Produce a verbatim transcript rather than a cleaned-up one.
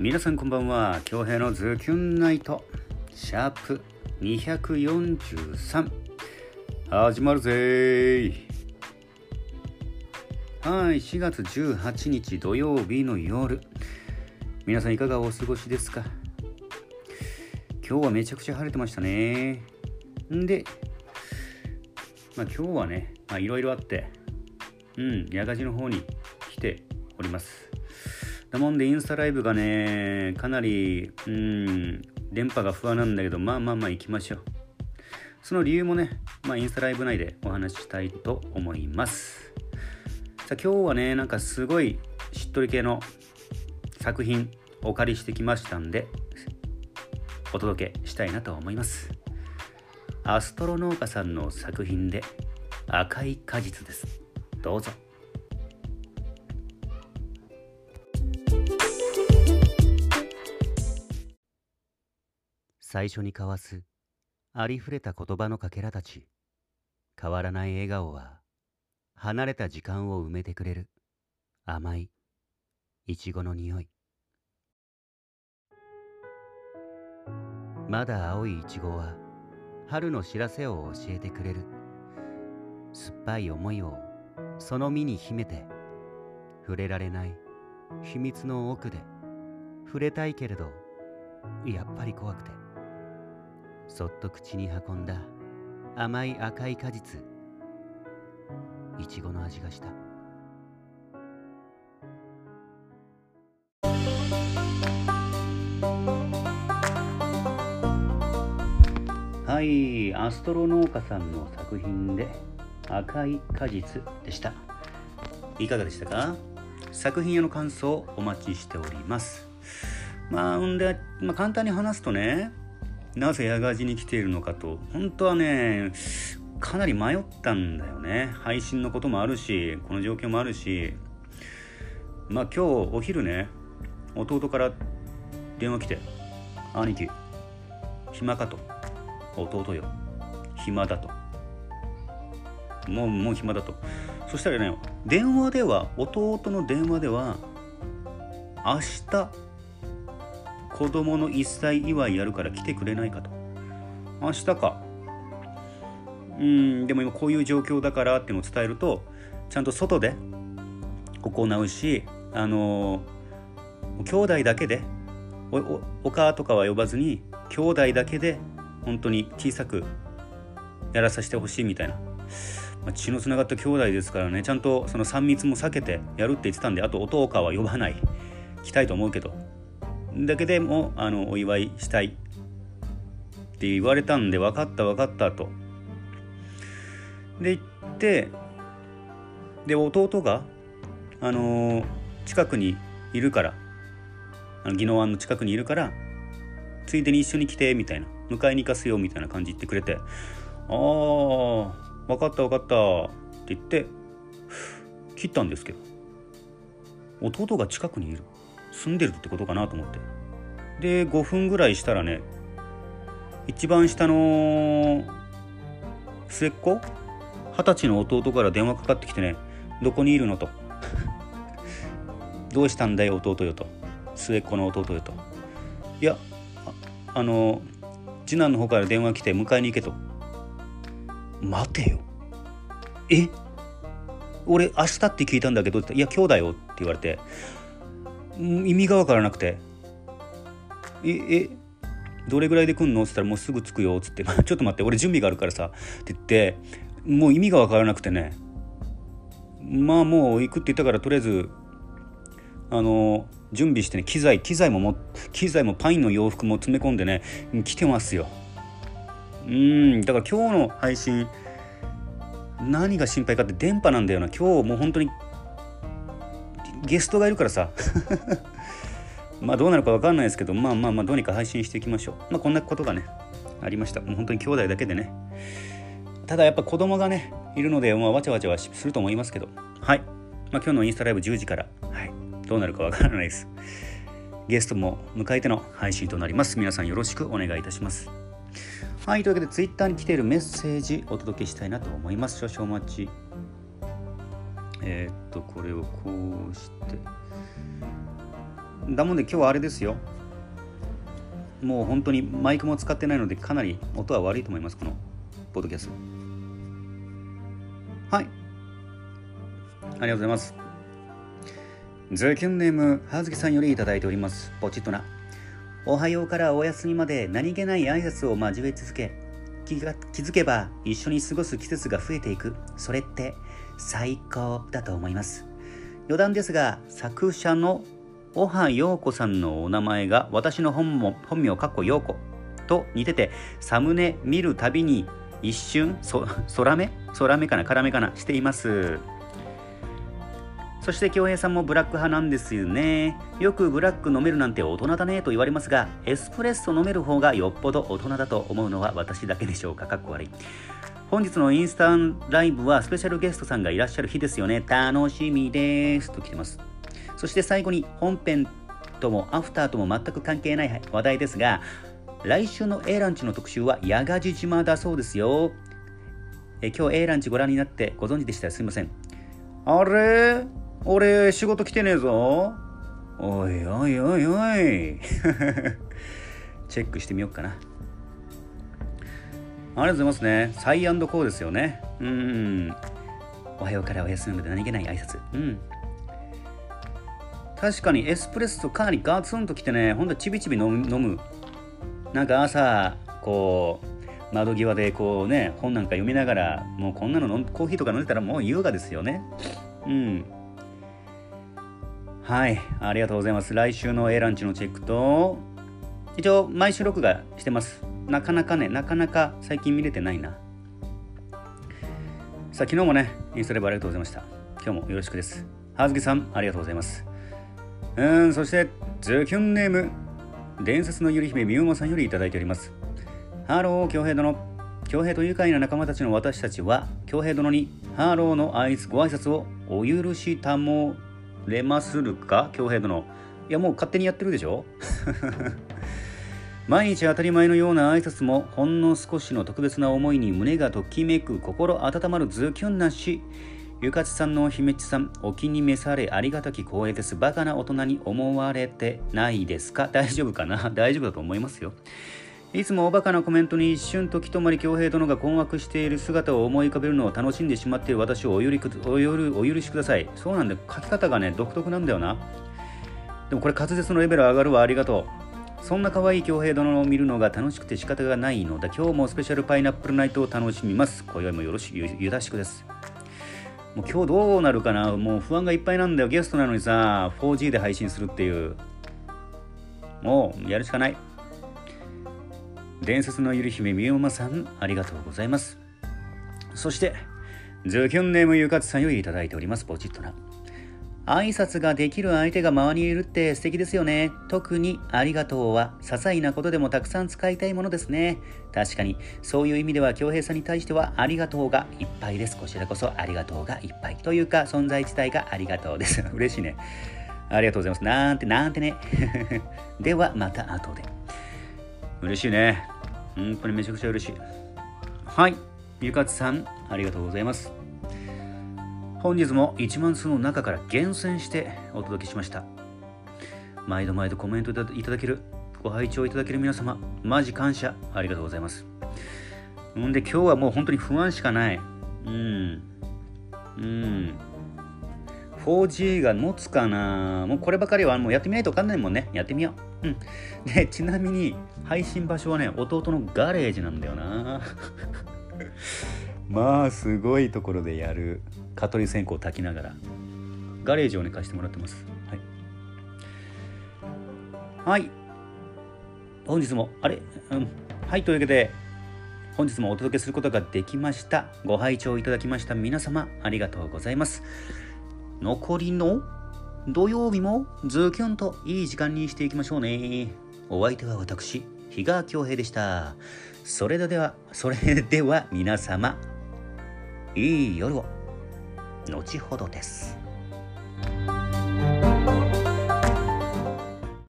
皆さんこんばんは。恭平のズキュンナイトシャープにひゃくよんじゅうさん始まるぜー。はい、しがつじゅうはちにち土曜日の夜、皆さんいかがお過ごしですか？今日はめちゃくちゃ晴れてましたね。んで、まあ、今日はね、まあ、いろいろあって、うん、ヤガジの方に来ております。だもんでインスタライブがね、かなり、うん、電波が不安なんだけど、まあまあまあ行きましょう。その理由もね、まあインスタライブ内でお話ししたいと思います。さあ今日はね、なんかすごいしっとり系の作品お借りしてきましたんで、お届けしたいなと思います。アストロ農家さんの作品で赤い果実です。どうぞ。最初に交わすありふれた言葉のかけらたち、変わらない笑顔は離れた時間を埋めてくれる甘いいちごの匂い。まだ青いいちごは春の知らせを教えてくれる。酸っぱい思いをその身に秘めて、触れられない秘密の奥で触れたいけれどやっぱり怖くて、そっと口に運んだ甘い赤い果実、いちごの味がした。はい、アストロ農家さんの作品で赤い果実でした。いかがでしたか？作品への感想をお待ちしております。まあ、んで、まあ、簡単に話すとね、なぜヤガジに来ているのかと、本当はね、かなり迷ったんだよね。配信のこともあるし、この状況もあるし、まあ今日お昼ね、弟から電話来て、兄貴、暇かと。弟よ、暇だと。もう、もう暇だと。そしたらね、電話では、弟の電話では、明日、子供のいっさい祝いやるから来てくれないかと。明日か。うーん、でも今こういう状況だからっていうのを伝えると、ちゃんと外で行うし、あのー、兄弟だけで、お、お、お母とかは呼ばずに、兄弟だけで本当に小さくやらさせてほしいみたいな。まあ、血のつながった兄弟ですからね、ちゃんとそのさん密も避けてやるって言ってたんで、あと弟かは呼ばない。来たいと思うけど。だけでもあのお祝いしたいって言われたんで、分かった分かったとで言って、で弟があのー、近くにいるから、あの宜野湾の近くにいるからついでに一緒に来てみたいな、迎えに行かせようみたいな感じ言ってくれて、ああ分かった分かったって言って切ったんですけど、弟が近くにいる、住んでるってことかなと思って、でごふんぐらいしたらね、一番下の末っ子二十歳の弟から電話かかってきてね、どこにいるのとどうしたんだよ弟よと、末っ子の弟よと、いや あ, あの次男の方から電話来て迎えに行けと。待てよ、え俺明日って聞いたんだけどって、いや今日だよって言われて、意味が分からなくて、ええどれぐらいで来んのって言ったら、もうすぐ着くよっつってちょっと待って俺準備があるからさって言って、もう意味が分からなくてね、まあもう行くって言ったから、とりあえずあの準備してね、機材機材もも機材もパインの洋服も詰め込んでね来てますよ。うーんだから今日の配信何が心配かって電波なんだよな。今日もう本当にゲストがいるからさまあどうなるか分かんないですけど、まあまあまあどうにか配信していきましょう。まあこんなことがねありました。もう本当に兄弟だけでね。ただやっぱ子供がねいるので、まあ、わちゃわちゃはすると思いますけど、はい、まあ、今日のインスタライブじゅうじから、はい、どうなるか分からないです。ゲストも迎えての配信となります。皆さんよろしくお願いいたします。はい、というわけでツイッターに来ているメッセージお届けしたいなと思います。少々お待ち。えー、っとこれをこうして、 だもんで今日はあれですよ。もう本当にマイクも使ってないのでかなり音は悪いと思います、このポッドキャスト。はい、ありがとうございます。ズキュンネームはずきさんよりいただいております。ポチッとな。おはようからお休みまで何気ない挨拶を交え続け、気が気づけば一緒に過ごす季節が増えていく。それって最高だと思います。余談ですが、作者のおはようこさんのお名前が私の本も本名かっこようこと似てて、サムネ見るたびに一瞬そ空目空目かな辛目かなしています。そして京平さんもブラック派なんですよね。よくブラック飲めるなんて大人だねと言われますが、エスプレッソ飲める方がよっぽど大人だと思うのは私だけでしょうか。かっこ悪い。本日のインスタライブはスペシャルゲストさんがいらっしゃる日ですよね。楽しみですと来てます。そして最後に本編ともアフターとも全く関係ない話題ですが、来週の A ランチの特集は八ヶ地島だそうですよ。え今日 A ランチご覧になってご存知でしたらすいません。あれ俺仕事来てねえぞ。おいおいおいおいチェックしてみようかな。ありがとうございますね。サイアンドコーですよね。うん。おはようからお休みまで何気ない挨拶。うん。確かにエスプレッソかなりガツンときてね、ほんとちびちび飲む。飲むなんか朝、こう、窓際でこうね、本なんか読みながら、もうこんなの飲んコーヒーとか飲んでたらもう優雅ですよね。うん。はい、ありがとうございます。来週の A ランチのチェックと、一応毎週録画してます。なかなかね、なかなか最近見れてないな。さあ、昨日もね、インスタライブありがとうございました。今日もよろしくです。はずきさん、ありがとうございます。うーん、そして、ズキュンネーム、伝説のゆり姫みおまさんよりいただいております。ハロー、京平殿。京平と愉快な仲間たちの私たちは、京平殿にハローのあいつご挨拶をお許したもれまするか、京平殿。いや、もう勝手にやってるでしょ毎日当たり前のような挨拶もほんの少しの特別な思いに胸がときめく、心温まるズキュンなし。ゆかちさんの姫っちさん、お気に召されありがたき光栄です。バカな大人に思われてないですか？大丈夫かな？大丈夫だと思いますよ。いつもおバカなコメントに一瞬時止まり、京平殿が困惑している姿を思い浮かべるのを楽しんでしまっている私をお許りくお許お許しください。そうなんで、書き方がね独特なんだよな。でもこれ滑舌のレベル上がるわ。ありがとう。そんな可愛い京平殿を見るのが楽しくて仕方がないのだ。今日もスペシャルパイナップルナイトを楽しみます。今宵もよろしゆゆだしくです。もう今日どうなるかな。もう不安がいっぱいなんだよ。ゲストなのにさ フォージー で配信するっていう。もうやるしかない。伝説のゆり姫みおまさん、ありがとうございます。そしてズキュンネームゆかつさんよりいただいております。ポチッとな。挨拶ができる相手が周りにいるって素敵ですよね。特にありがとうは些細なことでもたくさん使いたいものですね。確かにそういう意味では京平さんに対してはありがとうがいっぱいです。こちらこそありがとうがいっぱいというか、存在自体がありがとうです。嬉しいね。ありがとうございます。なんてなんてね。ではまた後で。嬉しいね。本当にめちゃくちゃ嬉しい。はい、ゆかつさん、ありがとうございます。本日もいちまん通の中から厳選してお届けしました。毎度毎度コメントいただける、ご拝聴いただける皆様、マジ感謝、ありがとうございます。んで今日はもう本当に不安しかない。うん。うん。フォージー が持つかな。もうこればかりはもうやってみないと分かんないもんね。やってみよう。うん。で、ちなみに配信場所はね、弟のガレージなんだよな。まあすごいところでやる。蚊取り線香を焚きながらガレージをね貸してもらってます。はい。はい。本日もあれ、うん、はい、というわけで本日もお届けすることができました。ご拝聴いただきました皆様、ありがとうございます。残りの土曜日もズキュンといい時間にしていきましょうね。お相手は私、比嘉恭平でした。それでは、それでは皆様、いい夜を。後ほどです。